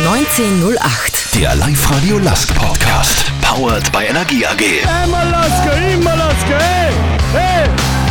1908. Der Live-Radio Lask Podcast. Powered by Energie AG. Immer Lask, hey! Hey!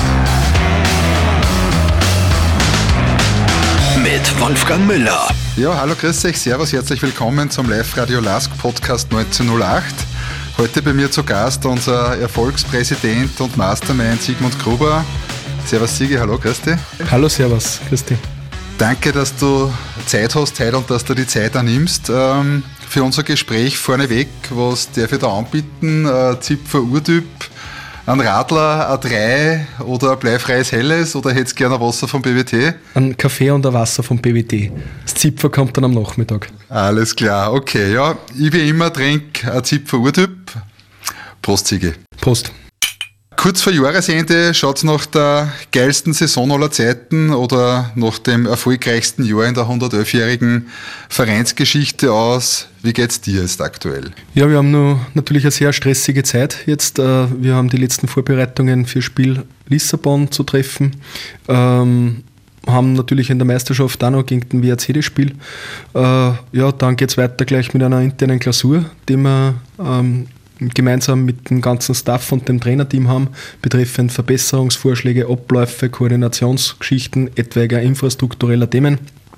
Mit Wolfgang Müller. Ja, hallo, grüß euch, servus, herzlich willkommen zum Live-Radio Lask Podcast 1908. Heute bei mir zu Gast unser Erfolgspräsident und Mastermind Sigmund Gruber. Servus Sigi, hallo, grüß dich. Hallo, servus, grüß dich. Danke, dass du Zeit hast heute und dass du die Zeit annimmst. Für unser Gespräch vorneweg, was darf ich da anbieten? Zipfer Urtyp, ein Radler, ein 3 oder ein bleifreies Helles oder hättest gerne ein Wasser vom BWT? Ein Kaffee und ein Wasser vom BWT. Das Zipfer kommt dann am Nachmittag. Alles klar, okay, ja. Ich wie immer trinke ein Zipfer Urtyp. Prost, Sigi. Prost. Kurz vor Jahresende schaut es nach der geilsten Saison aller Zeiten oder nach dem erfolgreichsten Jahr in der 111-jährigen Vereinsgeschichte aus. Wie geht's dir jetzt aktuell? Ja, wir haben natürlich eine sehr stressige Zeit jetzt. Wir haben die letzten Vorbereitungen für Spiel Lissabon zu treffen. Haben natürlich in der Meisterschaft auch noch gegen den WRC das Spiel. Ja, dann geht es weiter gleich mit einer internen Klausur, die wir gemeinsam mit dem ganzen Staff und dem Trainerteam haben, betreffend Verbesserungsvorschläge, Abläufe, Koordinationsgeschichten, etwaiger infrastruktureller Themen.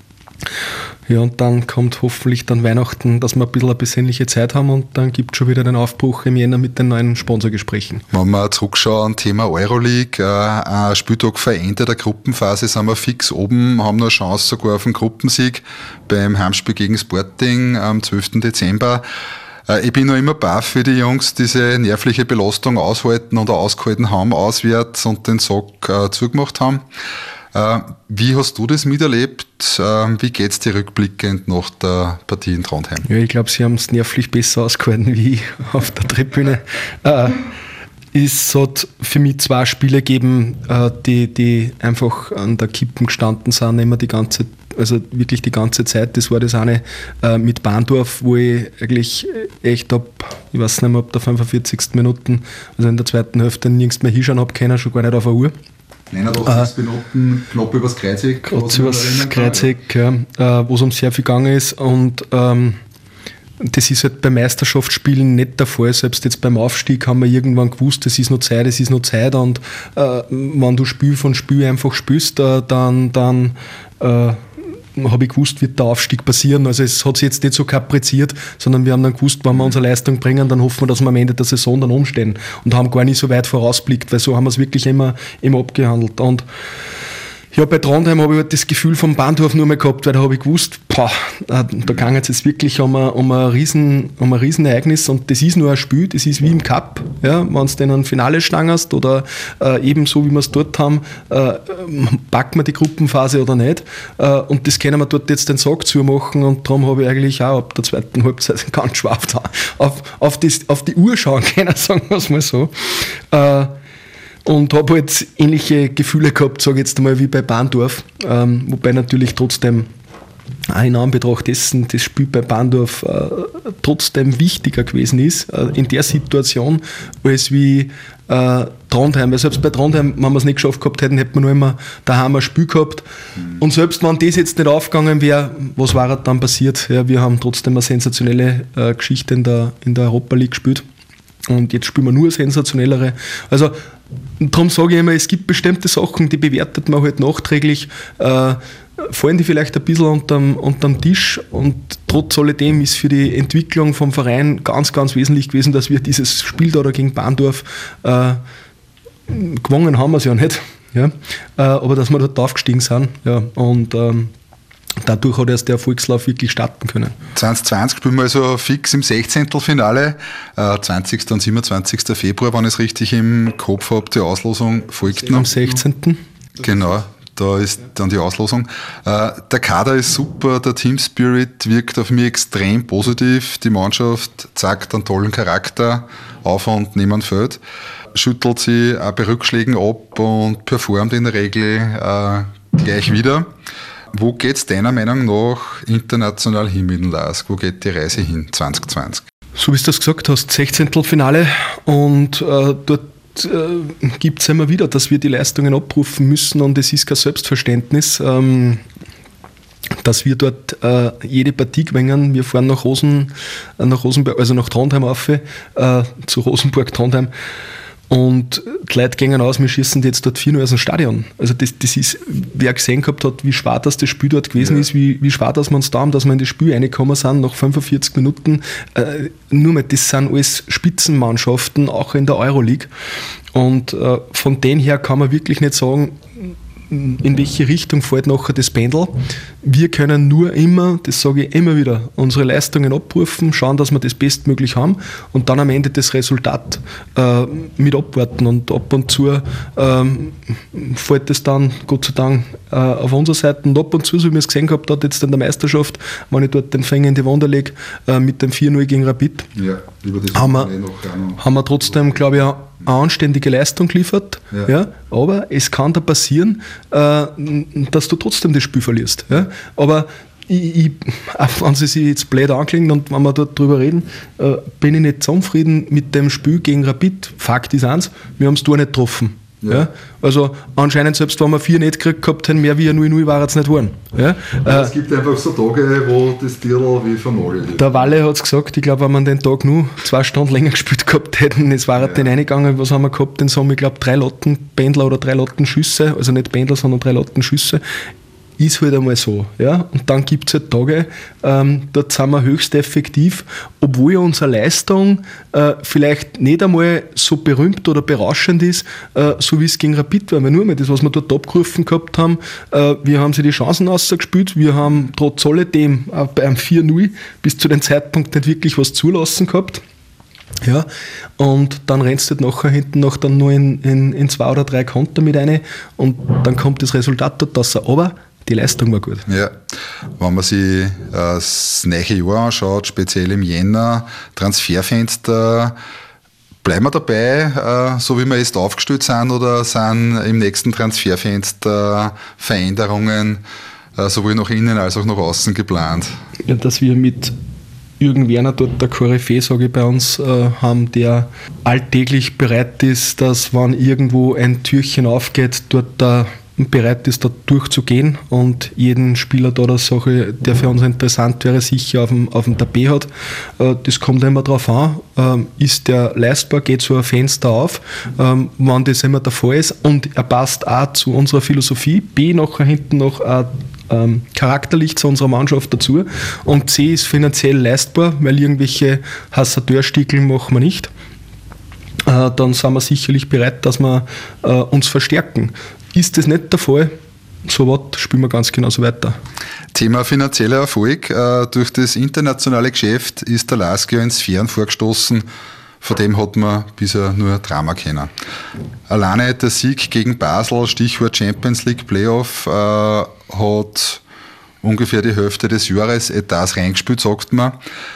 Ja, und dann kommt hoffentlich dann Weihnachten, dass wir ein bisschen eine besinnliche Zeit haben und dann gibt es schon wieder den Aufbruch im Jänner mit den neuen Sponsorgesprächen. Wenn wir zurückschauen, Thema Euroleague, ein Spieltag vor Ende der Gruppenphase sind wir fix oben, haben noch eine Chance sogar auf den Gruppensieg beim Heimspiel gegen Sporting am 12. Dezember. Ich bin noch immer baff, wie die Jungs diese nervliche Belastung aushalten oder ausgehalten haben auswärts und den Sack zugemacht haben. Wie hast du das miterlebt? Wie geht es dir rückblickend nach der Partie in Trondheim? Ja, ich glaube, sie haben es nervlich besser ausgehalten wie ich auf der Tribüne. Es hat für mich 2 Spiele gegeben, die einfach an der Kippen gestanden sind, immer wirklich die ganze Zeit. Das war das eine mit Bahndorf, wo ich eigentlich echt ich weiß nicht mehr, ab der 45. Minuten, also in der zweiten Hälfte nirgends mehr hinschauen habe können, schon gar nicht auf der Uhr. 89 Minuten, knapp übers Kreuzeck. Kurz übers Kreuzeck, ja, wo es um sehr viel gegangen ist und das ist halt bei Meisterschaftsspielen nicht der Fall. Selbst jetzt beim Aufstieg haben wir irgendwann gewusst, es ist noch Zeit und wenn du Spiel von Spiel einfach spielst, dann habe ich gewusst, wird der Aufstieg passieren. Also es hat sich jetzt nicht so kapriziert, sondern wir haben dann gewusst, wenn wir unsere Leistung bringen, dann hoffen wir, dass wir am Ende der Saison dann umstehen und haben gar nicht so weit vorausblickt, weil so haben wir es wirklich immer abgehandelt. Und ja, bei Trondheim habe ich halt das Gefühl vom Bahndorf nur mehr gehabt, weil da habe ich gewusst, da ging es jetzt wirklich um ein Riesenereignis und das ist nur ein Spiel, das ist wie im Cup, ja, wenn du in ein Finale stangerst oder ebenso wie wir es dort haben, packen wir die Gruppenphase oder nicht und das können wir dort jetzt den Sack zumachen und darum habe ich eigentlich auch ab der zweiten Halbzeit ganz schwach auf die Uhr schauen können, sagen wir es mal so. Und habe halt ähnliche Gefühle gehabt, sage ich jetzt einmal, wie bei Bahndorf. Wobei natürlich trotzdem auch in Anbetracht dessen das Spiel bei Bahndorf trotzdem wichtiger gewesen ist in der Situation, als wie Trondheim. Weil selbst bei Trondheim, wenn wir es nicht geschafft gehabt hätten, hätten wir noch immer daheim ein Spiel gehabt. Und selbst wenn das jetzt nicht aufgegangen wäre, was war dann passiert? Ja, wir haben trotzdem eine sensationelle Geschichte in der Europa League gespielt. Und jetzt spielen wir nur sensationellere. Also darum sage ich immer, es gibt bestimmte Sachen, die bewertet man halt nachträglich, fallen die vielleicht ein bisschen unterm Tisch und trotz alledem ist für die Entwicklung vom Verein ganz, ganz wesentlich gewesen, dass wir dieses Spiel da gegen Bahndorf gewonnen haben wir es ja nicht, ja? Aber dass wir dort aufgestiegen sind, ja, und dadurch hat erst der Erfolgslauf wirklich starten können. 2020 spielen wir also fix im 16. Finale, 20. und 27. Februar, wenn ich es richtig im Kopf habe, die Auslosung folgt noch. Am 16. Genau, da ist dann die Auslosung. Der Kader ist super, der Team Spirit wirkt auf mich extrem positiv, die Mannschaft zeigt einen tollen Charakter auf und neben dem Feld, schüttelt sie auch bei Rückschlägen ab und performt in der Regel gleich wieder. Wo geht es deiner Meinung nach international hin mit dem LASK? Wo geht die Reise hin 2020? So wie du das gesagt hast, 16. Finale und dort gibt es immer wieder, dass wir die Leistungen abrufen müssen und es ist kein Selbstverständnis. dass wir dort jede Partie gewinnen. Wir fahren nach Rosenberg, also nach Trondheim auf, zu Rosenburg, Trondheim. Und die Leute gehen aus, wir schießen jetzt dort 4-0 aus dem Stadion. Also das ist, wer gesehen gehabt hat, wie schwer das Spiel dort gewesen ist, wie schwer dass wir uns da haben, dass wir in das Spiel reingekommen sind, nach 45 Minuten. Nur mal, das sind alles Spitzenmannschaften, auch in der Euroleague. Und von denen her kann man wirklich nicht sagen, in welche Richtung fällt nachher das Pendel. Wir können nur immer, das sage ich immer wieder, unsere Leistungen abrufen, schauen, dass wir das bestmöglich haben und dann am Ende das Resultat mit abwarten. Und ab und zu fällt es dann, Gott sei Dank, auf unserer Seite. Und ab und zu, so wie man es gesehen gehabt hat, jetzt in der Meisterschaft, wenn ich dort den Finger in die Wunde lege, mit dem 4-0 gegen Rapid, haben wir trotzdem, glaube ich, eine anständige Leistung geliefert, ja, aber es kann da passieren, dass du trotzdem das Spiel verlierst. Ja. Aber auch wenn sie sich jetzt blöd anklingen und wenn wir dort drüber reden, bin ich nicht zufrieden mit dem Spiel gegen Rapid. Fakt ist eins, wir haben es da nicht getroffen. Ja. Ja. Also anscheinend, selbst wenn wir 4 nicht gekriegt gehabt hätten, mehr wie ein 0-0 war es nicht geworden. Ja. Es gibt einfach so Tage, wo das Tierl wie vernagelt wird. Der Walle hat es gesagt, ich glaube, wenn wir den Tag nur 2 Stunden länger gespielt gehabt hätten, es war den reingegangen, was haben wir gehabt, den Sommer, ich glaube 3 Lattenpendler oder 3 Lattenschüsse, also nicht Pendler, sondern 3 Lattenschüsse. Ist halt einmal so. Ja? Und dann gibt es halt Tage, dort sind wir höchst effektiv, obwohl unsere Leistung vielleicht nicht einmal so berühmt oder berauschend ist, so wie es gegen Rapid war. Weil nur mal das, was wir dort abgerufen gehabt haben, wir haben sie die Chancen ausgespielt, wir haben trotz alledem beim 4-0 bis zu dem Zeitpunkt nicht wirklich was zulassen gehabt. Ja, und dann rennst du halt nachher hinten noch dann nur in 2 oder 3 Konter mit rein und dann kommt das Resultat dort raus. Aber die Leistung war gut. Ja, wenn man sich das neue Jahr anschaut, speziell im Jänner, Transferfenster, bleiben wir dabei, so wie wir jetzt aufgestellt sind, oder sind im nächsten Transferfenster Veränderungen sowohl nach innen als auch nach außen geplant? Ja, dass wir mit Jürgen Werner dort der Koryphäe, sage ich, bei uns haben, der alltäglich bereit ist, dass wenn irgendwo ein Türchen aufgeht, dort bereit ist, da durchzugehen und jeden Spieler da der Sache, der für uns interessant wäre, sicher auf dem Tapet hat. Das kommt immer darauf an, ist der leistbar, geht so ein Fenster auf, wenn das immer der Fall ist und er passt auch zu unserer Philosophie, B nachher hinten noch charakterlich zu unserer Mannschaft dazu und C ist finanziell leistbar, weil irgendwelche Hasardeurstiegel machen wir nicht. Dann sind wir sicherlich bereit, dass wir uns verstärken. Ist das nicht der Fall, so was spielen wir ganz genauso weiter. Thema finanzieller Erfolg. Durch das internationale Geschäft ist der LASK in Sphären vorgestoßen, von dem hat man bisher nur Drama kennen. Alleine der Sieg gegen Basel, Stichwort Champions League Playoff, hat ungefähr die Hälfte des Jahresetats reingespielt, sagt man.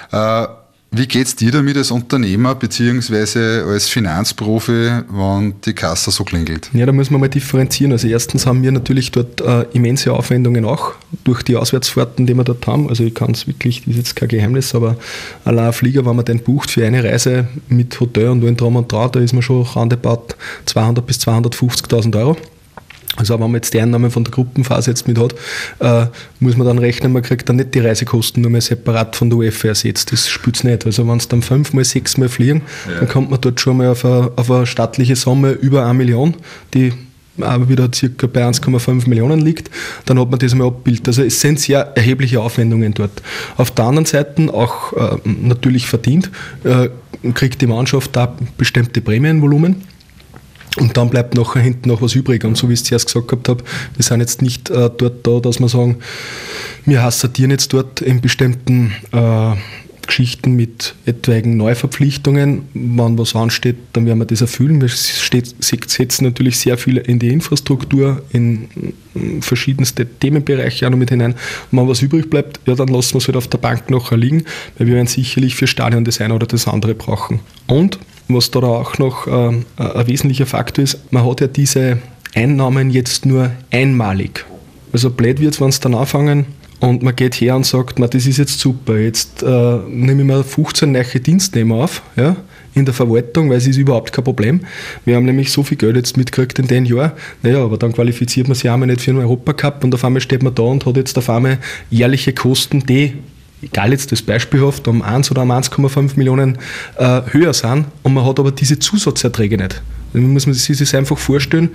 Wie geht es dir damit als Unternehmer bzw. als Finanzprofi, wenn die Kasse so klingelt? Ja, da muss man mal differenzieren. Also erstens haben wir natürlich dort immense Aufwendungen auch durch die Auswärtsfahrten, die wir dort haben. Also ich kann es wirklich, das ist jetzt kein Geheimnis, aber allein ein Flieger, wenn man den bucht für eine Reise mit Hotel und allem drum und dran, da ist man schon roundabout 200.000 bis 250.000 Euro. Also wenn man jetzt die Einnahmen von der Gruppenphase jetzt mit hat, muss man dann rechnen, man kriegt dann nicht die Reisekosten nur mehr separat von der UEFA ersetzt. Das spielt es nicht. Also wenn es dann 5-mal, 6-mal fliegen, dann kommt man dort schon mal auf eine stattliche Summe über 1 Million, die aber wieder circa bei 1,5 Millionen liegt, dann hat man das einmal abgebildet. Also es sind sehr erhebliche Aufwendungen dort. Auf der anderen Seite auch natürlich verdient, kriegt die Mannschaft da bestimmte Prämienvolumen. Und dann bleibt nachher hinten noch was übrig. Und so wie ich es zuerst gesagt gehabt habe, wir sind jetzt nicht dort da, dass wir sagen, wir hasardieren jetzt dort in bestimmten Geschichten mit etwaigen Neuverpflichtungen. Wenn was ansteht, dann werden wir das erfüllen. Wir setzen natürlich sehr viel in die Infrastruktur, in verschiedenste Themenbereiche auch noch mit hinein. Und wenn was übrig bleibt, ja, dann lassen wir es halt auf der Bank nachher liegen, weil wir werden sicherlich für Stadion das eine oder das andere brauchen. Und was da auch noch ein wesentlicher Faktor ist, man hat ja diese Einnahmen jetzt nur einmalig. Also blöd wird es, wenn es dann anfangen und man geht her und sagt, das ist jetzt super, jetzt nehme ich mir 15 neue Dienstnehmer auf, ja, in der Verwaltung, weil es ist überhaupt kein Problem. Wir haben nämlich so viel Geld jetzt mitgekriegt in den Jahr. Naja, aber dann qualifiziert man sich einmal nicht für einen Europacup und auf einmal steht man da und hat jetzt auf einmal jährliche Kosten, die, egal jetzt das beispielhaft, um 1 oder um 1,5 Millionen höher sind und man hat aber diese Zusatzerträge nicht. Dann muss man sich das einfach vorstellen,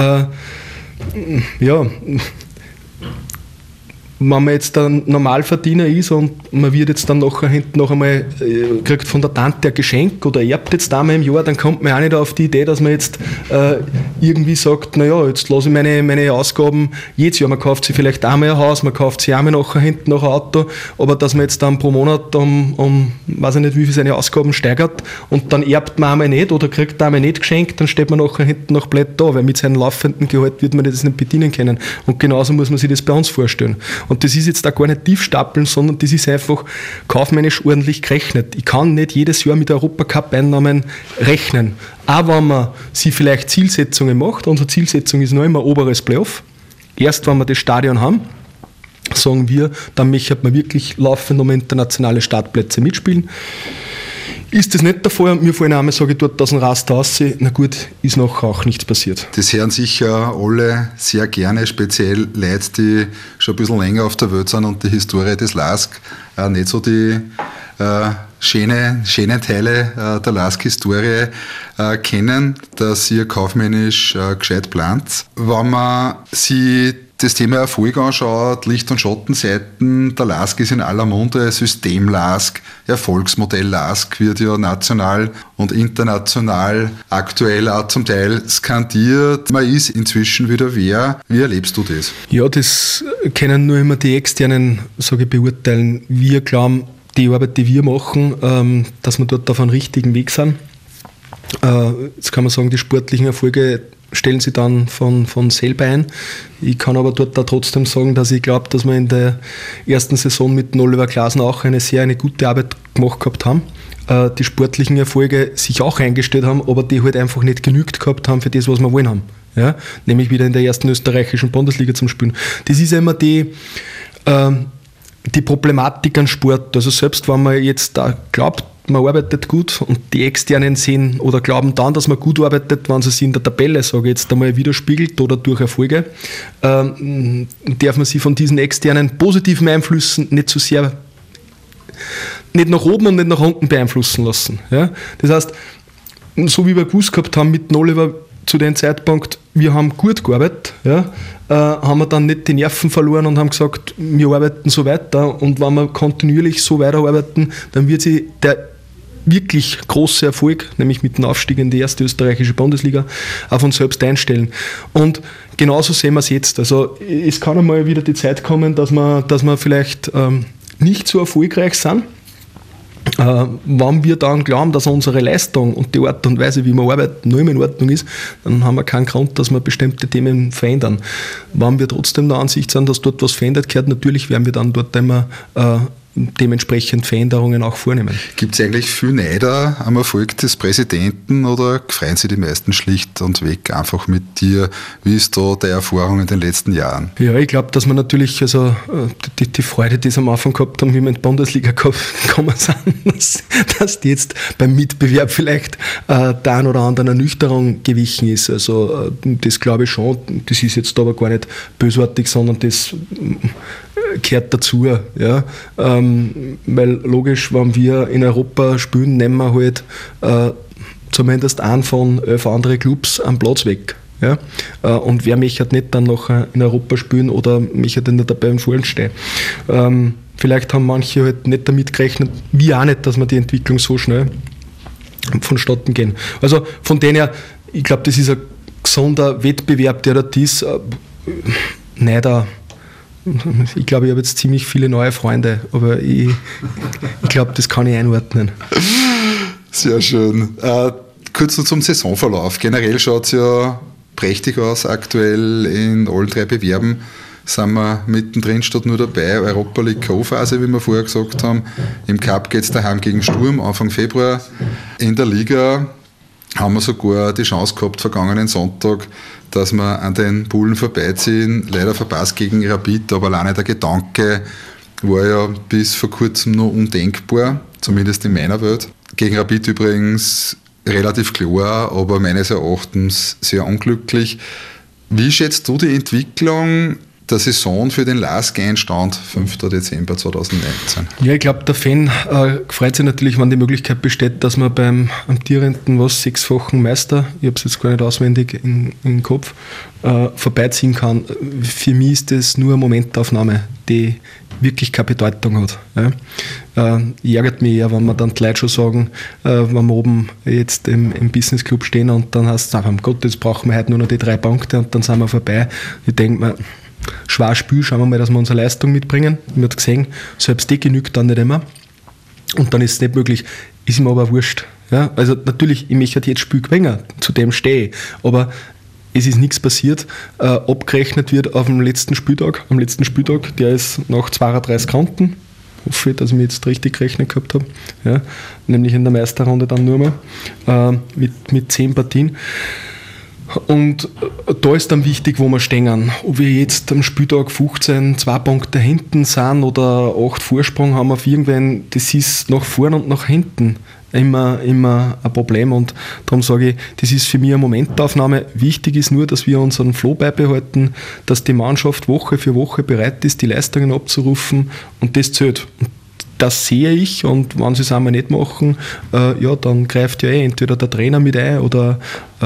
wenn man jetzt ein Normalverdiener ist und man wird jetzt dann nachher hinten noch einmal, kriegt von der Tante ein Geschenk oder erbt jetzt einmal im Jahr, dann kommt man auch nicht auf die Idee, dass man jetzt irgendwie sagt, naja, jetzt lasse ich meine Ausgaben jedes Jahr, man kauft sich vielleicht einmal ein Haus, man kauft sich einmal nachher hinten noch ein Auto, aber dass man jetzt dann pro Monat um weiß ich nicht wie viel seine Ausgaben steigert und dann erbt man einmal nicht oder kriegt einmal nicht geschenkt, dann steht man nachher hinten noch blöd da, weil mit seinem laufenden Gehalt wird man das nicht bedienen können. Und genauso muss man sich das bei uns vorstellen. Und das ist jetzt da gar nicht tief stapeln, sondern das ist einfach kaufmännisch ordentlich gerechnet. Ich kann nicht jedes Jahr mit Europacup-Einnahmen rechnen. Auch wenn man sich vielleicht Zielsetzungen macht, unsere Zielsetzung ist noch immer oberes Playoff. Erst wenn wir das Stadion haben, sagen wir, dann möchte man wirklich laufend um internationale Startplätze mitspielen. Ist das nicht der Fall, mir vorhin einmal sage ich dort aus dem Raster aussehen, na gut, ist nachher auch nichts passiert. Das hören sicher alle sehr gerne, speziell Leute, die schon ein bisschen länger auf der Welt sind und die Historie des LASK nicht so die schönen Teile der LASK-Historie kennen, dass ihr kaufmännisch gescheit plant. Wenn man sie das Thema Erfolg anschaut, Licht- und Schattenseiten, der LASK ist in aller Munde, System LASK, Erfolgsmodell LASK wird ja national und international aktuell auch zum Teil skandiert. Man ist inzwischen wieder wer. Wie erlebst du das? Ja, das können nur immer die Externen, sage ich, beurteilen. Wir glauben, die Arbeit, die wir machen, dass wir dort auf einem richtigen Weg sind. Jetzt kann man sagen, die sportlichen Erfolge stellen sie dann von selber ein. Ich kann aber dort auch trotzdem sagen, dass ich glaube, dass wir in der ersten Saison mit Oliver Glasner auch eine gute Arbeit gemacht gehabt haben. Die sportlichen Erfolge sich auch eingestellt haben, aber die halt einfach nicht genügt gehabt haben für das, was wir wollen haben. Ja? Nämlich wieder in der ersten österreichischen Bundesliga zum Spielen. Das ist ja immer die Problematik an Sport. Also selbst wenn man jetzt da glaubt, man arbeitet gut und die Externen sehen oder glauben dann, dass man gut arbeitet, wenn sie sich in der Tabelle, sage ich jetzt einmal, widerspiegelt oder durch Erfolge, darf man sich von diesen externen positiven Einflüssen nicht so sehr, nicht nach oben und nicht nach unten beeinflussen lassen. Ja? Das heißt, so wie wir gewusst gehabt haben mit Oliver zu dem Zeitpunkt, wir haben gut gearbeitet, ja, haben wir dann nicht die Nerven verloren und haben gesagt, wir arbeiten so weiter und wenn wir kontinuierlich so weiterarbeiten, dann wird sich der wirklich große Erfolg, nämlich mit dem Aufstieg in die erste österreichische Bundesliga, auf uns selbst einstellen. Und genauso sehen wir es jetzt. Also es kann einmal wieder die Zeit kommen, dass wir vielleicht nicht so erfolgreich sind. Wenn wir dann glauben, dass unsere Leistung und die Art und Weise, wie wir arbeiten, nur immer in Ordnung ist, dann haben wir keinen Grund, dass wir bestimmte Themen verändern. Wenn wir trotzdem der Ansicht sind, dass dort was verändert gehört, natürlich werden wir dann dort immer dementsprechend Veränderungen auch vornehmen. Gibt es eigentlich viel Neider am Erfolg des Präsidenten oder freuen sich die meisten schlicht und weg einfach mit dir? Wie ist da deine Erfahrung in den letzten Jahren? Ja, ich glaube, dass man natürlich also die Freude, die sie am Anfang gehabt haben, wie wir in die Bundesliga gekommen sind, dass die jetzt beim Mitbewerb vielleicht der ein oder anderen Ernüchterung gewichen ist. Also das glaube ich schon. Das ist jetzt aber gar nicht bösartig, sondern das gehört dazu, ja. Weil logisch, wenn wir in Europa spielen, nehmen wir halt zumindest einen von 11 anderen Clubs am Platz weg. Ja. Und wer möchte nicht dann nachher in Europa spielen oder möchte in der Tabelle vorne stehen. Vielleicht haben manche halt nicht damit gerechnet, wir auch nicht, dass wir die Entwicklung so schnell vonstatten gehen. Also von denen her, ich glaube, das ist ein gesunder Wettbewerb, der dort ist. Ich glaube, ich habe jetzt ziemlich viele neue Freunde, aber ich glaube, das kann ich einordnen. Sehr schön. Kurz noch zum Saisonverlauf. Generell schaut es ja prächtig aus aktuell in allen 3 Bewerben. Sind wir mittendrin, statt nur dabei. Europa League K.O.-Phase, wie wir vorher gesagt haben. Im Cup geht es daheim gegen Sturm, Anfang Februar. In der Liga haben wir sogar die Chance gehabt, vergangenen Sonntag, dass wir an den Bullen vorbeiziehen. Leider verpasst gegen Rapid, aber alleine der Gedanke war ja bis vor kurzem noch undenkbar, zumindest in meiner Welt. Gegen Rapid übrigens relativ klar, aber meines Erachtens sehr unglücklich. Wie schätzt du die Entwicklung der Saison für den LASK-Einstand 5. Dezember 2019? Ja, ich glaube, der Fan freut sich natürlich, wenn die Möglichkeit besteht, dass man beim amtierenden, 6-fachen Meister, ich habe es jetzt gar nicht auswendig im Kopf, vorbeiziehen kann. Für mich ist das nur eine Momentaufnahme, die wirklich keine Bedeutung hat. Ja. Ärgert mich eher, wenn man dann die Leute schon sagen, wenn wir oben jetzt im Business Club stehen und dann heißt es, um Gott, jetzt brauchen wir heute nur noch die 3 Punkte und dann sind wir vorbei. Ich denke mir, schweres Spiel, schauen wir mal, dass wir unsere Leistung mitbringen. Man hat gesehen, selbst die genügt dann nicht immer. Und dann ist es nicht möglich. Ist ihm aber wurscht. Ja? Also natürlich, ich möchte jetzt Spiel gewinnen, zu dem stehe ich. Aber es ist nichts passiert. Abgerechnet wird am letzten Spieltag, der ist nach 32 Kanten. Hoffe ich, dass ich mich jetzt richtig gerechnet gehabt habe. Ja? Nämlich in der Meisterrunde dann nur mal mit 10 Partien. Und da ist dann wichtig, wo wir stehen. Ob wir jetzt am Spieltag 15 2 Punkte hinten sind oder 8 Vorsprung haben auf irgendwen, das ist nach vorne und nach hinten immer ein Problem. Und darum sage ich, das ist für mich eine Momentaufnahme. Wichtig ist nur, dass wir unseren Flow beibehalten, dass die Mannschaft Woche für Woche bereit ist, die Leistungen abzurufen und das zählt. Das sehe ich, und wenn sie es einmal nicht machen, dann greift ja entweder der Trainer mit ein oder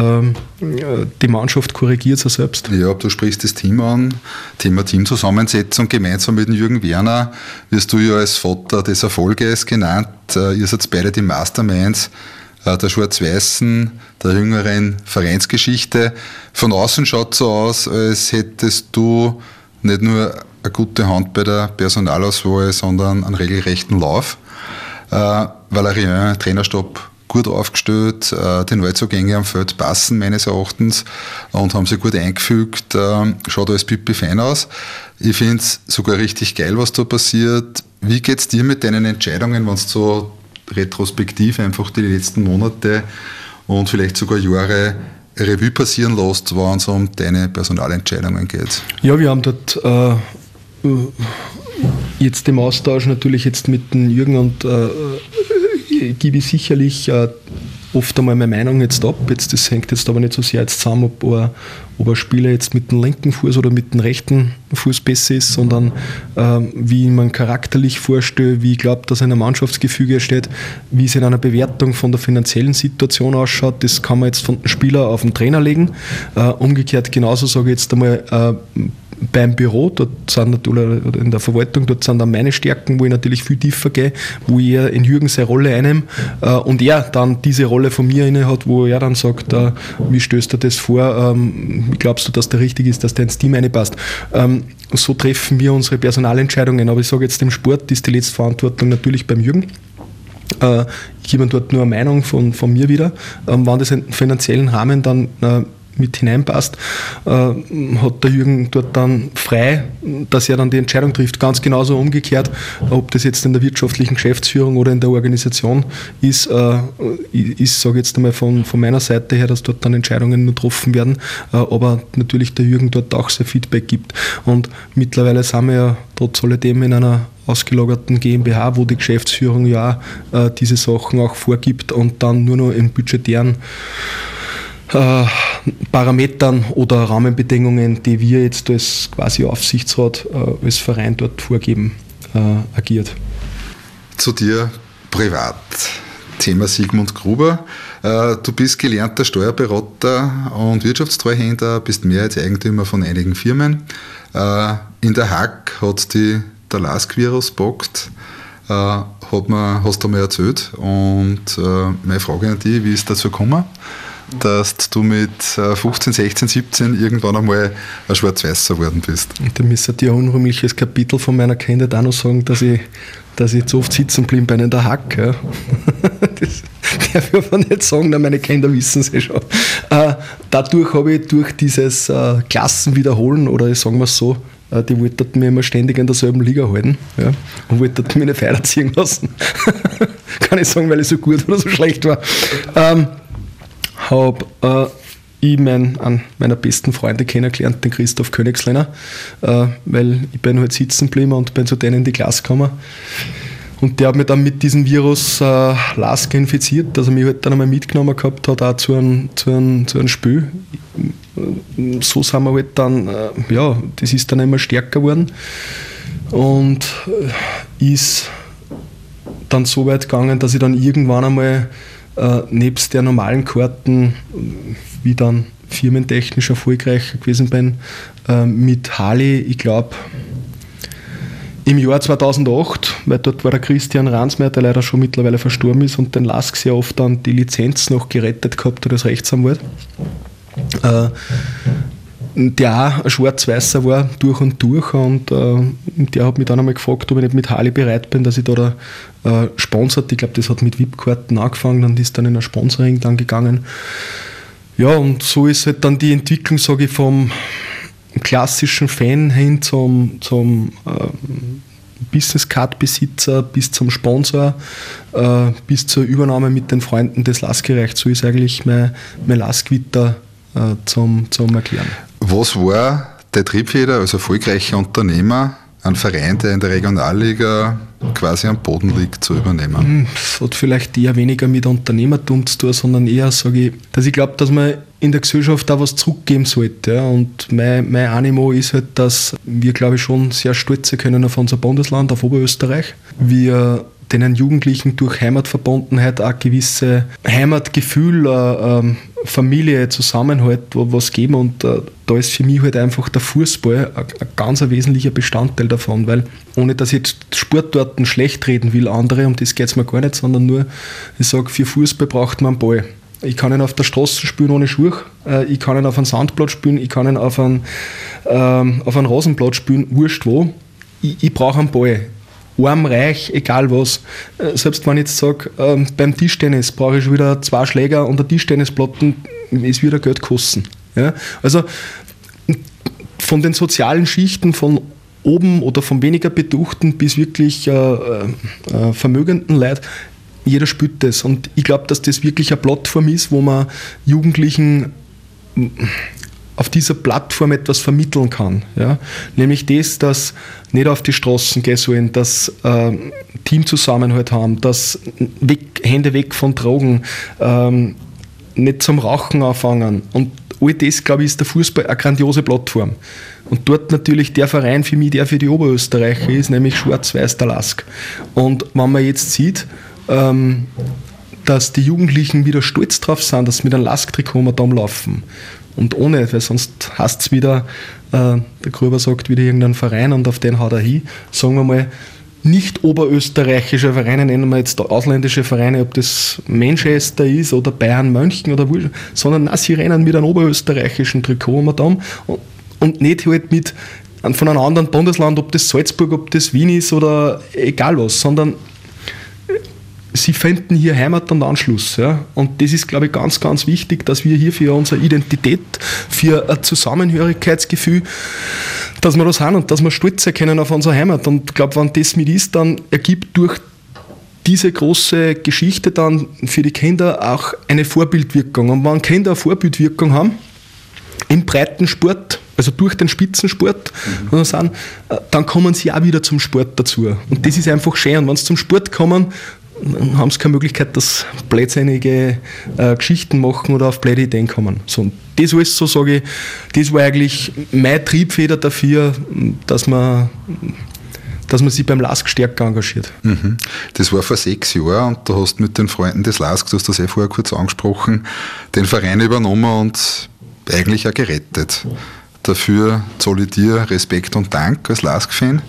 die Mannschaft korrigiert sich selbst. Ja, du sprichst das Team an, Thema Teamzusammensetzung. Gemeinsam mit dem Jürgen Werner wirst du ja als Vater des Erfolges genannt. Ihr seid beide die Masterminds der schwarz-weißen, der jüngeren Vereinsgeschichte. Von außen schaut es so aus, als hättest du nicht nur eine gute Hand bei der Personalauswahl, sondern einen regelrechten Lauf. Valérien, Trainerstab, gut aufgestellt, die Neuzugänge am Feld passen meines Erachtens und haben sich gut eingefügt, schaut alles pipi fein aus. Ich finde es sogar richtig geil, was da passiert. Wie geht es dir mit deinen Entscheidungen, wenn du so retrospektiv einfach die letzten Monate und vielleicht sogar Jahre Revue passieren lässt, wenn es um deine Personalentscheidungen geht? Ja, wir haben dort jetzt im Austausch natürlich jetzt mit dem Jürgen und gebe ich sicherlich oft einmal meine Meinung jetzt ab. Das hängt jetzt aber nicht so sehr jetzt zusammen, ob ein Spieler jetzt mit dem linken Fuß oder mit dem rechten Fuß besser ist, sondern wie man charakterlich vorstellt, wie ich glaube, dass er in einem Mannschaftsgefüge steht, wie es in einer Bewertung von der finanziellen Situation ausschaut. Das kann man jetzt von dem Spieler auf den Trainer legen. Umgekehrt genauso sage ich jetzt einmal, beim Büro, dort sind oder in der Verwaltung, dort sind dann meine Stärken, wo ich natürlich viel tiefer gehe, wo ich in Jürgen seine Rolle einnehme und er dann diese Rolle von mir inne hat, wo er dann sagt, wie stößt er das vor, wie glaubst du, dass der richtig ist, dass der ins Team reinpasst. So treffen wir unsere Personalentscheidungen, aber ich sage jetzt, im Sport ist die letzte Verantwortung natürlich beim Jürgen. Ich gebe dort nur eine Meinung von mir wieder. Wenn das in den finanziellen Rahmen dann mit hineinpasst, hat der Jürgen dort dann frei, dass er dann die Entscheidung trifft. Ganz genauso umgekehrt, ob das jetzt in der wirtschaftlichen Geschäftsführung oder in der Organisation ist, sage ich jetzt einmal von meiner Seite her, dass dort dann Entscheidungen nur getroffen werden, aber natürlich der Jürgen dort auch sein Feedback gibt. Und mittlerweile sind wir ja trotz alledem in einer ausgelagerten GmbH, wo die Geschäftsführung ja diese Sachen auch vorgibt und dann nur noch im budgetären Parametern oder Rahmenbedingungen, die wir jetzt als quasi Aufsichtsrat, als Verein dort vorgeben, agiert. Zu dir privat. Thema Sigmund Gruber. Du bist gelernter Steuerberater und Wirtschaftstreuhänder, bist Mehrheitseigentümer von einigen Firmen. In der Hack hat die der LASK-Virus packt. Hast du mir erzählt. Und meine Frage an dich, wie ist dazu gekommen, dass du mit 15, 16, 17 irgendwann einmal ein Schwarz-Weißer geworden bist? Und da müsste ich ein unrühmliches Kapitel von meiner Kindheit auch noch sagen, dass ich zu oft sitzen blieb bei einem der Hack. Ja. Das darf ich aber nicht sagen, meine Kinder wissen es schon. Dadurch habe ich durch dieses Klassenwiederholen, oder sagen wir es so, die wollten mich immer ständig in derselben Liga halten, ja, und wollten mich nicht weiterziehen lassen. Kann ich sagen, weil ich so gut oder so schlecht war. Habe ich einen meiner besten Freunde kennengelernt, den Christoph Königsleiner, weil ich bin halt sitzen geblieben und bin zu denen in die Klasse gekommen. Und der hat mich dann mit diesem Virus Lasker infiziert, dass er mich halt dann einmal mitgenommen gehabt hat, auch zu einem Spiel. So sind wir halt dann, das ist dann immer stärker geworden und ist dann so weit gegangen, dass ich dann irgendwann einmal nebst der normalen Karten, wie dann firmentechnisch erfolgreich gewesen bin, mit Harley, ich glaube, im Jahr 2008, weil dort war der Christian Ransmeier, der leider schon mittlerweile verstorben ist, und den Lask sehr oft dann die Lizenz noch gerettet gehabt hat als Rechtsanwalt. Der auch ein Schwarz-Weißer war, durch und durch, und der hat mich dann einmal gefragt, ob ich nicht mit Harley bereit bin, dass ich da sponsert. Ich glaube, das hat mit VIP-Karten angefangen und ist dann in ein Sponsoring dann gegangen. Ja, und so ist halt dann die Entwicklung, sage ich, vom klassischen Fan hin zum Business-Card-Besitzer bis zum Sponsor, bis zur Übernahme mit den Freunden des Lask gereicht. So ist eigentlich mein Lask-Vita zum Erklären. Was war der Triebfeder als erfolgreicher Unternehmer, einen Verein, der in der Regionalliga quasi am Boden liegt, zu übernehmen? Das hat vielleicht eher weniger mit Unternehmertum zu tun, sondern eher, sage ich, dass ich glaube, dass man in der Gesellschaft da was zurückgeben sollte. Ja. Und mein Animo ist halt, dass wir, glaube ich, schon sehr stolz sein können auf unser Bundesland, auf Oberösterreich. Wir den Jugendlichen durch Heimatverbundenheit auch gewisse Heimatgefühl, Familie, Zusammenhalt was geben, und da ist für mich halt einfach der Fußball ein ganz wesentlicher Bestandteil davon, weil ohne dass ich jetzt Sportarten schlecht reden will, andere, um das geht es mir gar nicht, sondern nur, ich sage, für Fußball braucht man einen Ball. Ich kann ihn auf der Straße spielen ohne Schuhe, ich kann ihn auf einem Sandplatz spielen, ich kann ihn auf einem Rasenplatz spielen, wurscht wo, ich brauche einen Ball. Arm, reich, egal was. Selbst wenn ich jetzt sage, beim Tischtennis brauche ich schon wieder 2 Schläger und eine Tischtennisplatte, ist wieder Geld kosten. Ja? Also von den sozialen Schichten, von oben oder von weniger Betuchten bis wirklich vermögenden Leuten, jeder spielt das. Und ich glaube, dass das wirklich eine Plattform ist, wo man Jugendlichen auf dieser Plattform etwas vermitteln kann. Ja? Nämlich das, dass nicht auf die Straßen gehen sollen, dass Teamzusammenhalt haben, dass Hände weg von Drogen, nicht zum Rauchen anfangen. Und all das, glaube ich, ist der Fußball eine grandiose Plattform. Und dort natürlich der Verein für mich, der für die Oberösterreicher ist, nämlich Schwarz-Weiß der Lask. Und wenn man jetzt sieht, dass die Jugendlichen wieder stolz drauf sind, dass sie mit einem Lask-Trikot da laufen. Und ohne, weil sonst heißt es wieder, der Gruber sagt wieder irgendein Verein und auf den haut er hin. Sagen wir mal, nicht oberösterreichische Vereine, nennen wir jetzt ausländische Vereine, ob das Manchester ist oder Bayern München oder wurscht, sondern nein, sie rennen mit einem oberösterreichischen Trikot und nicht halt von einem anderen Bundesland, ob das Salzburg, ob das Wien ist oder egal was, sondern sie finden hier Heimat und Anschluss. Ja? Und das ist, glaube ich, ganz, ganz wichtig, dass wir hier für unsere Identität, für ein Zusammenhörigkeitsgefühl, dass wir das haben und dass wir stolz sein können auf unsere Heimat. Und ich glaube, wenn das mit ist, dann ergibt durch diese große Geschichte dann für die Kinder auch eine Vorbildwirkung. Und wenn Kinder eine Vorbildwirkung haben, im Breitensport, also durch den Spitzensport, dann kommen sie auch wieder zum Sport dazu. Und das ist einfach schön. Und wenn sie zum Sport kommen, dann haben sie keine Möglichkeit, dass blödsinnige Geschichten machen oder auf blöde Ideen kommen. So, und das alles, so sage ich, das war eigentlich meine Triebfeder dafür, dass man sich beim Lask stärker engagiert. Mhm. Das war vor 6 Jahren und du hast mit den Freunden des Lask, du hast das vorher kurz angesprochen, den Verein übernommen und eigentlich auch gerettet. Dafür zolle ich dir Respekt und Dank als Lask-Fan.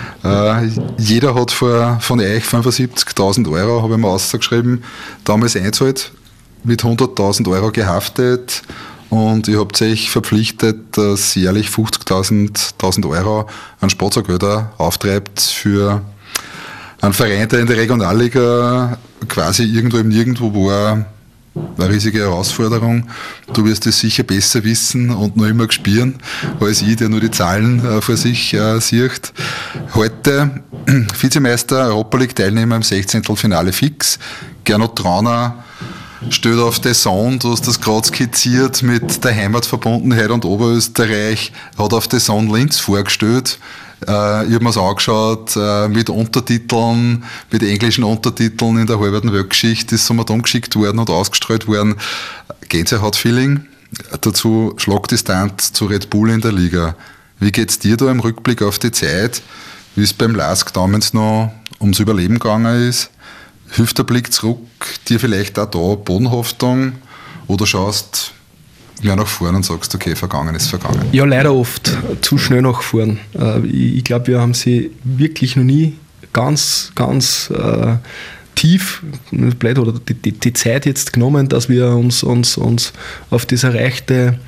Jeder hat von euch 75.000 Euro, habe ich mir ausgeschrieben, damals eingezahlt, mit 100.000 Euro gehaftet, und ihr habt euch verpflichtet, dass jährlich 50.000 Euro an Sponsorgelder auftreibt für einen Verein, der in der Regionalliga quasi irgendwo im Nirgendwo war. Eine riesige Herausforderung. Du wirst es sicher besser wissen und noch immer spüren, als ich, der nur die Zahlen vor sich sieht. Heute Vizemeister, Europa League-Teilnehmer im 16. Finale fix. Gernot Trauner steht auf der Zone, du hast das gerade skizziert mit der Heimatverbundenheit und Oberösterreich, hat auf der Zone Linz vorgestellt. Ich habe mir es angeschaut, mit Untertiteln, mit englischen Untertiteln in der halben Weltgeschichte ist es umgeschickt worden und ausgestrahlt worden. Gänsehaut-Feeling. Dazu Schlagdistanz zu Red Bull in der Liga. Wie geht's dir da im Rückblick auf die Zeit, wie es beim LASK damals noch ums Überleben gegangen ist? Hilft der Blick zurück dir vielleicht auch da Bodenhaftung oder schaust mehr nach vorne und sagst, okay, vergangen ist vergangen? Ja, leider oft zu schnell nach vorne. Ich glaube, wir haben sie wirklich noch nie ganz tief, blöd, oder die Zeit jetzt genommen, dass wir uns auf das Erreichte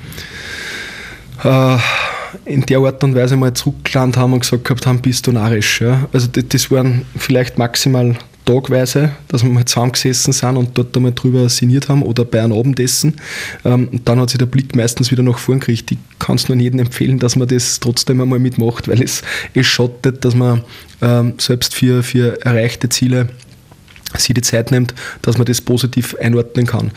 in der Art und Weise mal zurückgelandet haben und gesagt gehabt haben, bist du narrisch. Ja? Also das waren vielleicht maximal tagweise, dass wir mal zusammengesessen sind und dort einmal drüber sinniert haben oder bei einem Abendessen. Und dann hat sich der Blick meistens wieder nach vorn gerichtet. Ich kann es nur jedem empfehlen, dass man das trotzdem einmal mitmacht, weil es schadet nicht, dass man selbst für erreichte Ziele sich die Zeit nimmt, dass man das positiv einordnen kann.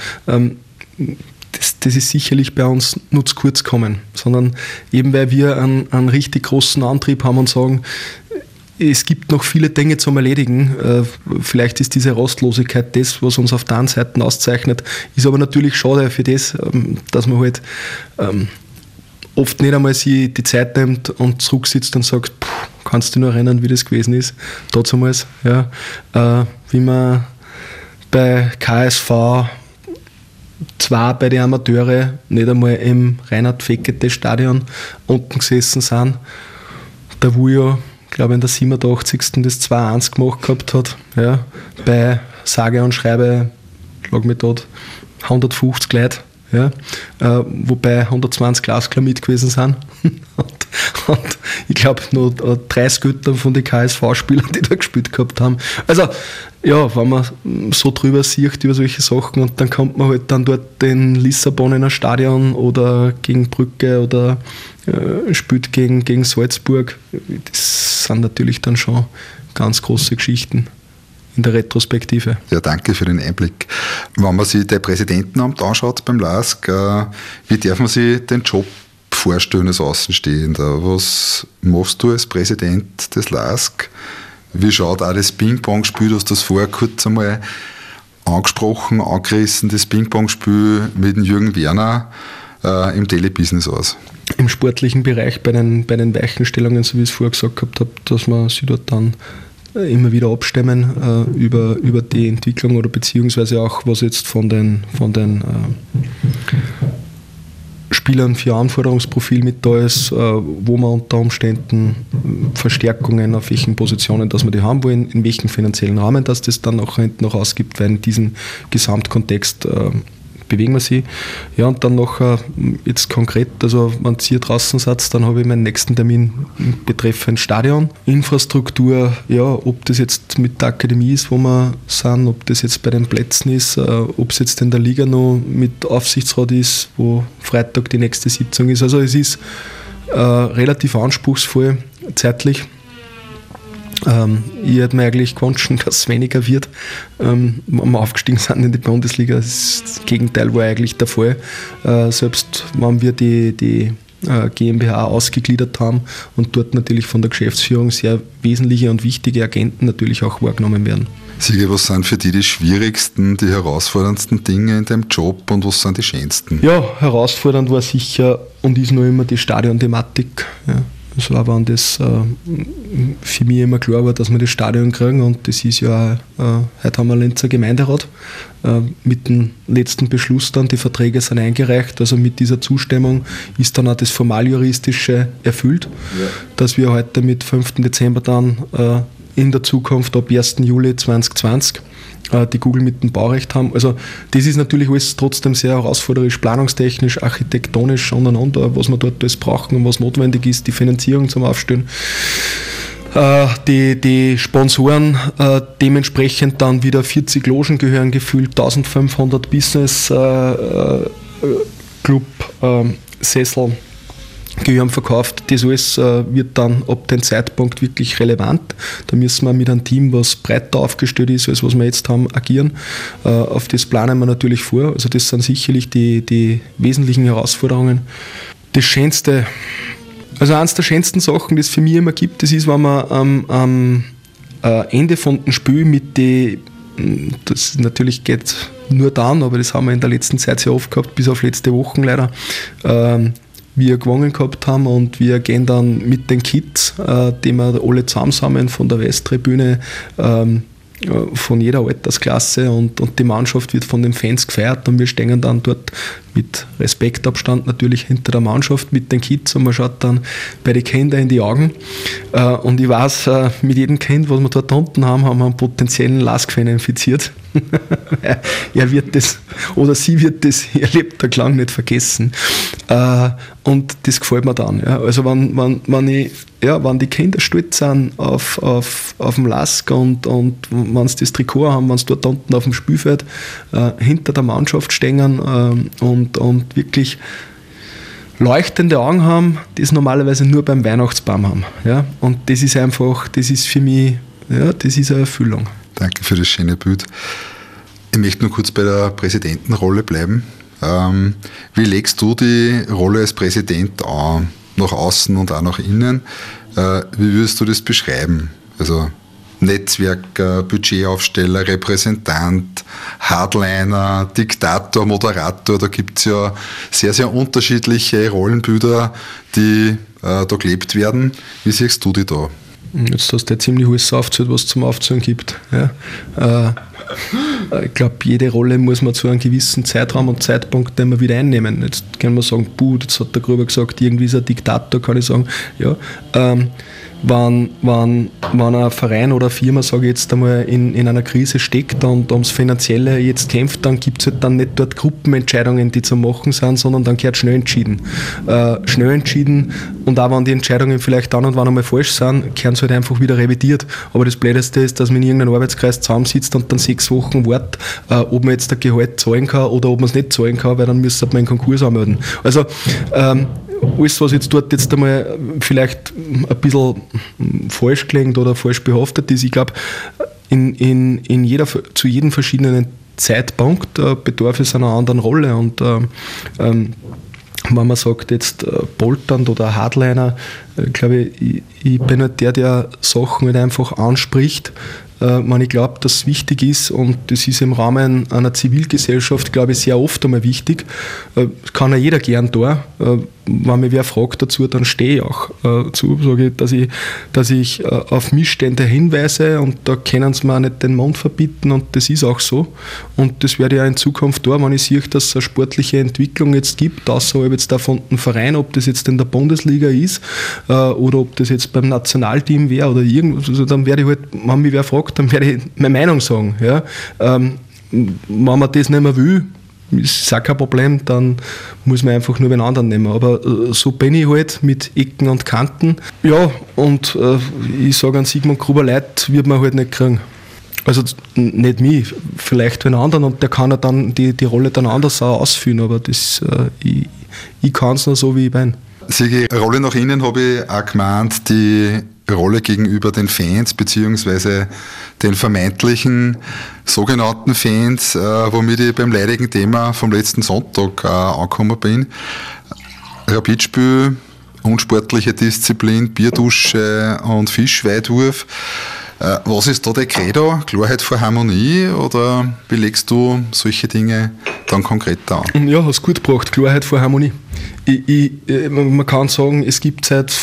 Das ist sicherlich bei uns nur zu kurz gekommen, sondern eben weil wir einen richtig großen Antrieb haben und sagen, es gibt noch viele Dinge zum Erledigen. Vielleicht ist diese Rastlosigkeit das, was uns auf der einen Seite auszeichnet, ist aber natürlich schade für das, dass man halt oft nicht einmal sich die Zeit nimmt und zurücksitzt und sagt, kannst du dich noch erinnern, wie das gewesen ist, damals, ja, wie man bei KSV 2 bei den Amateure nicht einmal im Reinhard-Fekete-Stadion unten gesessen sind, da wo ja, glaube ich, in der 87. das 2-1 gemacht gehabt hat, ja, bei sage und schreibe, schlag mich dort, 150 Leute, ja, wobei 120 Glasklar mit gewesen sind. Und ich glaube, nur 30 Götter von den KSV-Spielern, die da gespielt gehabt haben. Also, ja, wenn man so drüber sieht über solche Sachen und dann kommt man halt dann dort in Lissabon in ein Stadion oder gegen Brügge oder spielt gegen Salzburg. Das sind natürlich dann schon ganz große Geschichten in der Retrospektive. Ja, danke für den Einblick. Wenn man sich den Präsidentenamt anschaut beim LASK, wie darf man sich den Job vorstellen als Außenstehender? Was machst du als Präsident des LASK? Wie schaut auch das Ping-Pong-Spiel, du hast das vorher kurz einmal angesprochen, angerissen, das Ping-Pong-Spiel mit dem Jürgen Werner im Daily-Business aus? Im sportlichen Bereich bei den Weichenstellungen, so wie ich es vorher gesagt gehabt habe, dass man sich dort dann immer wieder abstimmen über die Entwicklung oder beziehungsweise auch, was jetzt von den Spielern für Anforderungsprofil mit da ist, wo man unter Umständen Verstärkungen auf welchen Positionen, dass wir die haben wollen, in welchem finanziellen Rahmen, dass das dann auch hinten noch ausgibt, weil in diesem Gesamtkontext bewegen wir sie. Ja, und dann noch jetzt konkret, also wenn ihr draußen seid, dann habe ich meinen nächsten Termin betreffend Stadion. Infrastruktur, ja, ob das jetzt mit der Akademie ist, wo wir sind, ob das jetzt bei den Plätzen ist, ob es jetzt in der Liga noch mit Aufsichtsrat ist, wo Freitag die nächste Sitzung ist. Also es ist relativ anspruchsvoll zeitlich. Ich hätte mir eigentlich gewünscht, dass es weniger wird, wenn wir aufgestiegen sind in die Bundesliga. Das Gegenteil war eigentlich der Fall. Selbst wenn wir die GmbH ausgegliedert haben und dort natürlich von der Geschäftsführung sehr wesentliche und wichtige Agenten natürlich auch wahrgenommen werden. Siege, was sind für dich die schwierigsten, die herausforderndsten Dinge in deinem Job und was sind die schönsten? Ja, herausfordernd war sicher und ist noch immer die Stadionthematik. Ja. Also auch wenn das für mich immer klar war, dass wir das Stadion kriegen und das ist ja heute haben wir Lenzer Gemeinderat mit dem letzten Beschluss dann, die Verträge sind eingereicht, also mit dieser Zustimmung ist dann auch das Formaljuristische erfüllt, ja, dass wir heute mit 5. Dezember dann in der Zukunft ab 1. Juli 2020 die Google mit dem Baurecht haben. Also das ist natürlich alles trotzdem sehr herausforderisch, planungstechnisch, architektonisch untereinander, was wir dort alles brauchen und was notwendig ist, die Finanzierung zum Aufstellen. Die Sponsoren dementsprechend dann wieder 40 Logen gehören gefühlt, 1500 Business Club Sessel gehören verkauft. Das alles wird dann ab dem Zeitpunkt wirklich relevant. Da müssen wir mit einem Team, was breiter aufgestellt ist, als was wir jetzt haben, agieren. Auf das planen wir natürlich vor. Also das sind sicherlich die wesentlichen Herausforderungen. Das Schönste Also eines der schönsten Sachen, die es für mich immer gibt, das ist, wenn man am Ende von dem Spiel mit den, das natürlich geht nur dann, aber das haben wir in der letzten Zeit sehr oft gehabt, bis auf letzte Wochen leider, wir gewonnen gehabt haben und wir gehen dann mit den Kids, die wir alle zusammen von der Westtribüne, von jeder Altersklasse und die Mannschaft wird von den Fans gefeiert und wir stehen dann dort mit Respektabstand natürlich hinter der Mannschaft mit den Kids und man schaut dann bei den Kindern in die Augen und ich weiß, mit jedem Kind, was wir dort unten haben, haben wir einen potenziellen Lask-Fan infiziert. Er wird das oder sie wird das ihr Lebtag lang nicht vergessen und das gefällt mir dann. Ja. Also wenn die Kinder stolz sind auf den Lask und wenn sie das Trikot haben, wenn sie dort unten auf dem Spielfeld hinter der Mannschaft stehen und wirklich leuchtende Augen haben, die es normalerweise nur beim Weihnachtsbaum haben. Ja? Und das ist einfach, das ist für mich, ja, das ist eine Erfüllung. Danke für das schöne Bild. Ich möchte nur kurz bei der Präsidentenrolle bleiben. Wie legst du die Rolle als Präsident an, nach außen und auch nach innen? Wie würdest du das beschreiben? Also Netzwerk, Budgetaufsteller, Repräsentant, Hardliner, Diktator, Moderator, da gibt es ja sehr, sehr unterschiedliche Rollenbilder, die da gelebt werden. Wie siehst du die da? Jetzt hast du ja ziemlich alles aufgezählt, was es zum Aufzählen gibt. Ja. Ich glaube, jede Rolle muss man zu einem gewissen Zeitraum und Zeitpunkt immer wieder einnehmen. Jetzt kann man sagen, jetzt hat der Gruber gesagt, irgendwie ist er Diktator, kann ich sagen, ja. Wenn ein Verein oder eine Firma, sage ich jetzt einmal, in einer Krise steckt und ums Finanzielle jetzt kämpft, dann gibt es halt dann nicht dort Gruppenentscheidungen, die zu machen sind, sondern dann gehört schnell entschieden. Und auch wenn die Entscheidungen vielleicht dann und wann einmal falsch sind, gehören sie halt einfach wieder revidiert. Aber das Blödeste ist, dass man in irgendeinem Arbeitskreis zusammensitzt und dann 6 Wochen wartet, ob man jetzt das Gehalt zahlen kann oder ob man es nicht zahlen kann, weil dann müsste man einen Konkurs anmelden. Also alles, was jetzt dort jetzt einmal vielleicht ein bisschen falsch klingt oder falsch behaftet ist, ich glaube, zu jedem verschiedenen Zeitpunkt bedarf es einer anderen Rolle und wenn man sagt jetzt polternd oder Hardliner, glaube ich bin halt der Sachen halt einfach anspricht, wenn ich glaube, dass es wichtig ist und das ist im Rahmen einer Zivilgesellschaft, glaube ich, sehr oft einmal wichtig. Das kann ja jeder gern da. Wenn mich wer fragt dazu, dann stehe ich auch zu, sage ich, dass ich auf Missstände hinweise und da können sie mir auch nicht den Mund verbieten und das ist auch so. Und das werde ich auch in Zukunft da, wenn ich sehe, dass es eine sportliche Entwicklung jetzt gibt, außerhalb jetzt da von dem Verein, ob das jetzt in der Bundesliga ist oder ob das jetzt beim Nationalteam wäre oder irgendwas, also dann werde ich halt, wenn mich wer fragt, dann werde ich meine Meinung sagen. Ja. Wenn man das nicht mehr will, ist auch kein Problem, dann muss man einfach nur einen anderen nehmen. Aber so bin ich halt mit Ecken und Kanten. Ja, und ich sage an Sigmund Gruber, Leute wird man halt nicht kriegen. Also nicht mich, vielleicht einen anderen und der kann ja dann die Rolle dann anders auch ausfüllen, aber das, ich kann es nur so, wie ich bin. Sigi, Rolle nach innen habe ich auch gemeint, die Rolle gegenüber den Fans beziehungsweise den vermeintlichen sogenannten Fans, womit ich beim leidigen Thema vom letzten Sonntag angekommen bin. Rapidspiel, unsportliche Disziplin, Bierdusche und Fischweidwurf. Was ist da der Credo? Klarheit vor Harmonie oder wie legst du solche Dinge dann konkreter an? Ja, hast gut gebracht, Klarheit vor Harmonie. Man kann sagen, es gibt seit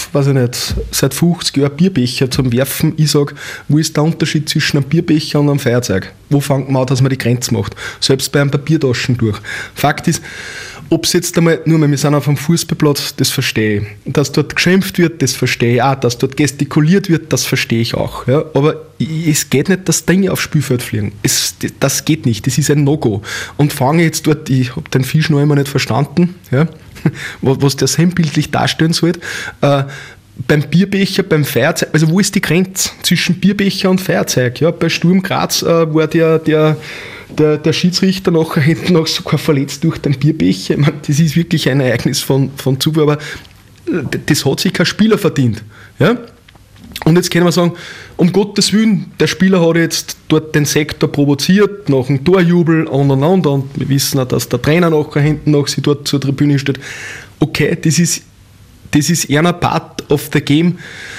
50 Jahren Bierbecher zum Werfen. Ich sage, wo ist der Unterschied zwischen einem Bierbecher und einem Feuerzeug? Wo fängt man an, dass man die Grenze macht? Selbst bei einem Papiertaschen durch. Fakt ist, ob es jetzt einmal, nur mal, wir sind auf einem Fußballplatz, das verstehe ich. Dass dort geschimpft wird, das verstehe ich auch. Dass dort gestikuliert wird, das verstehe ich auch. Ja? Aber es geht nicht, dass Dinge aufs Spielfeld fliegen. Das geht nicht, das ist ein No-Go. Und fange jetzt dort, ich habe den Fisch noch immer nicht verstanden, ja? Was der sinnbildlich darstellen soll. Beim Bierbecher, beim Feuerzeug, also wo ist die Grenze zwischen Bierbecher und Feuerzeug? Ja, bei Sturm Graz war der Schiedsrichter nachher hinten noch sogar verletzt durch den Bierbecher. Ich meine, das ist wirklich ein Ereignis von Zufall, aber das hat sich kein Spieler verdient. Ja? Und jetzt können wir sagen, um Gottes Willen, der Spieler hat jetzt dort den Sektor provoziert, nach dem Torjubel und. Und wir wissen auch, dass der Trainer nachher hinten noch sich dort zur Tribüne stellt. Okay, das ist das ist eher ein Part of the game.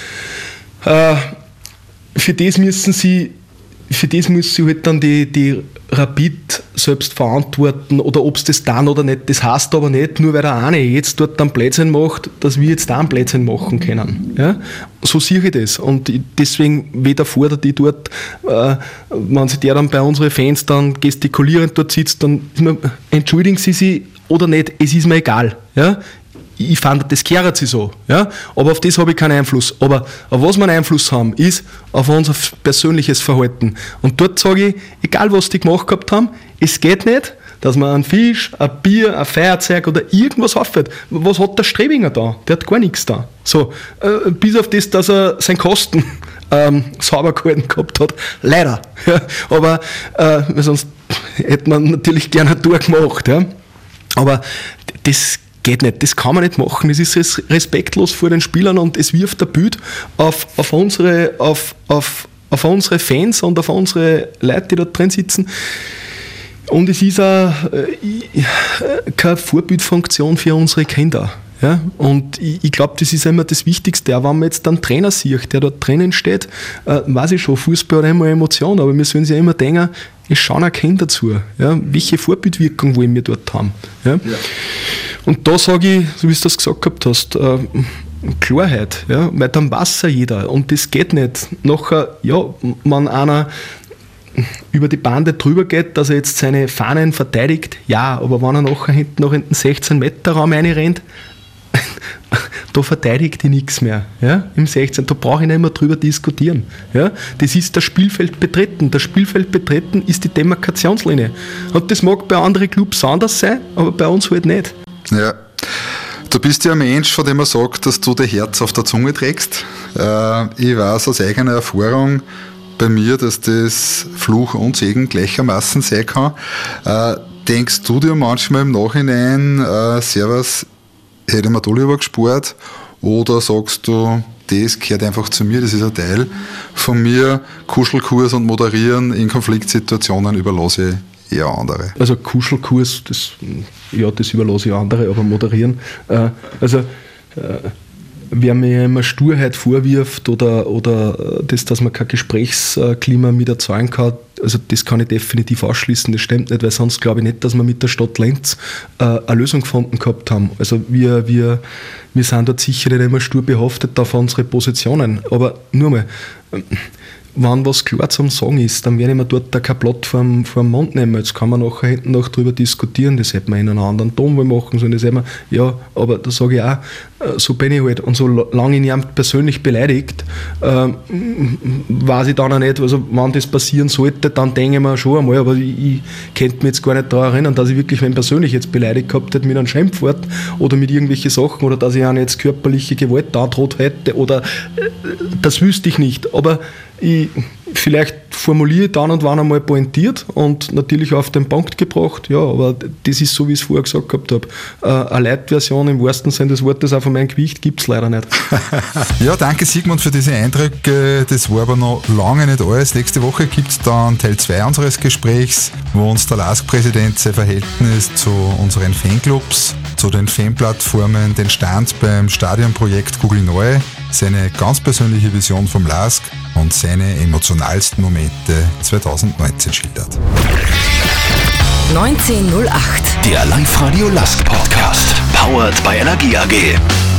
Für das müssen sie halt dann die Rapid selbst verantworten, oder ob es das dann oder nicht. Das heißt aber nicht, nur weil der eine jetzt dort einen Blödsinn macht, dass wir jetzt da einen Blödsinn machen können. Ja? So sehe ich das. Und deswegen weder fordert ich dort, wenn sich der dann bei unseren Fans dann gestikulierend dort sitzt, dann entschuldigen Sie sich oder nicht, es ist mir egal. Ja? Ich fand, das gehört sich so. Ja? Aber auf das habe ich keinen Einfluss. Aber auf was wir einen Einfluss haben, ist auf unser persönliches Verhalten. Und dort sage ich, egal was die gemacht gehabt haben, es geht nicht, dass man einen Fisch, ein Bier, ein Feuerzeug oder irgendwas auffällt. Was hat der Strebinger da? Der hat gar nichts da. So, bis auf das, dass er seinen Kosten sauber gehalten gehabt hat. Leider. Ja? Aber sonst hätte man natürlich gerne ein Tour gemacht. Ja? Aber das geht nicht, das kann man nicht machen. Es ist respektlos vor den Spielern und es wirft ein Bild auf unsere Fans und auf unsere Leute, die da drin sitzen. Und es ist auch keine Vorbildfunktion für unsere Kinder. Ja? Und ich glaube, das ist immer das Wichtigste. Auch wenn man jetzt einen Trainer sieht, der dort drinnen steht, weiß ich schon, Fußball hat immer Emotionen, aber wir sollen sich ja immer denken, es schauen auch Kinder dazu. Ja? Welche Vorbildwirkung wollen wir dort haben? Ja? Ja. Und da sage ich, so wie du das gesagt gehabt hast, Klarheit, ja? Weil dann weiß ja jeder. Und das geht nicht. Nachher, ja, wenn einer über die Bande drüber geht, dass er jetzt seine Fahnen verteidigt, ja, aber wenn er nachher hinten noch in den 16-Meter-Raum reinrennt, da verteidigt ich nichts mehr. Ja? Im 16. Da brauche ich nicht mehr drüber diskutieren. Ja? Das ist das Spielfeld betreten. Das Spielfeld betreten ist die Demarkationslinie. Und das mag bei anderen Clubs anders sein, aber bei uns halt nicht. Ja. Du bist ja ein Mensch, von dem man sagt, dass du dein Herz auf der Zunge trägst. Ich weiß aus eigener Erfahrung bei mir, dass das Fluch und Segen gleichermaßen sein kann. Denkst du dir manchmal im Nachhinein, Servus, hätte ich mir da lieber gespart, oder sagst du, das gehört einfach zu mir, das ist ein Teil von mir, Kuschelkurs und Moderieren in Konfliktsituationen überlasse ich eher andere? Also Kuschelkurs, das überlasse ich andere, aber moderieren, wer mir immer Sturheit vorwirft oder das, dass man kein Gesprächsklima mit erzeugen kann, also das kann ich definitiv ausschließen, das stimmt nicht, weil sonst glaube ich nicht, dass wir mit der Stadt Lenz eine Lösung gefunden gehabt haben. Also wir sind dort sicher nicht immer stur behaftet auf unsere Positionen, aber nur mal, wenn was klar zum Sagen ist, dann werde ich mir dort kein Blatt vor dem Mund nehmen. Jetzt kann man nachher hinten noch drüber diskutieren, das hätte man in einem anderen Ton machen sollen, das hätte man, ja, aber da sage ich auch, so bin ich halt. Und solange ich jemanden persönlich beleidigt, weiß ich dann auch nicht, also wenn das passieren sollte, dann denke ich mir schon einmal, aber ich könnte mich jetzt gar nicht daran erinnern, dass ich wirklich wen persönlich jetzt beleidigt gehabt hätte mit einem Schimpfwort oder mit irgendwelchen Sachen oder dass ich einen jetzt körperliche Gewalt androht hätte oder das wüsste ich nicht, aber vielleicht formuliere ich dann und wann einmal pointiert und natürlich auf den Punkt gebracht, ja, aber das ist so, wie ich es vorher gesagt gehabt habe. Eine Light-Version im wahrsten Sinne des Wortes auch von meinem Gewicht gibt es leider nicht. Ja, danke Sigmund für diese Eindrücke, das war aber noch lange nicht alles. Nächste Woche gibt es dann Teil 2 unseres Gesprächs, wo uns der LASK-Präsident sein Verhältnis zu unseren Fanclubs, zu den Fanplattformen, den Stand beim Stadionprojekt Google Neu, seine ganz persönliche Vision vom LASK und seine emotionalsten Momente 2019 schildert. 1908. Der Live-Radio LASK Podcast. Powered by Energie AG.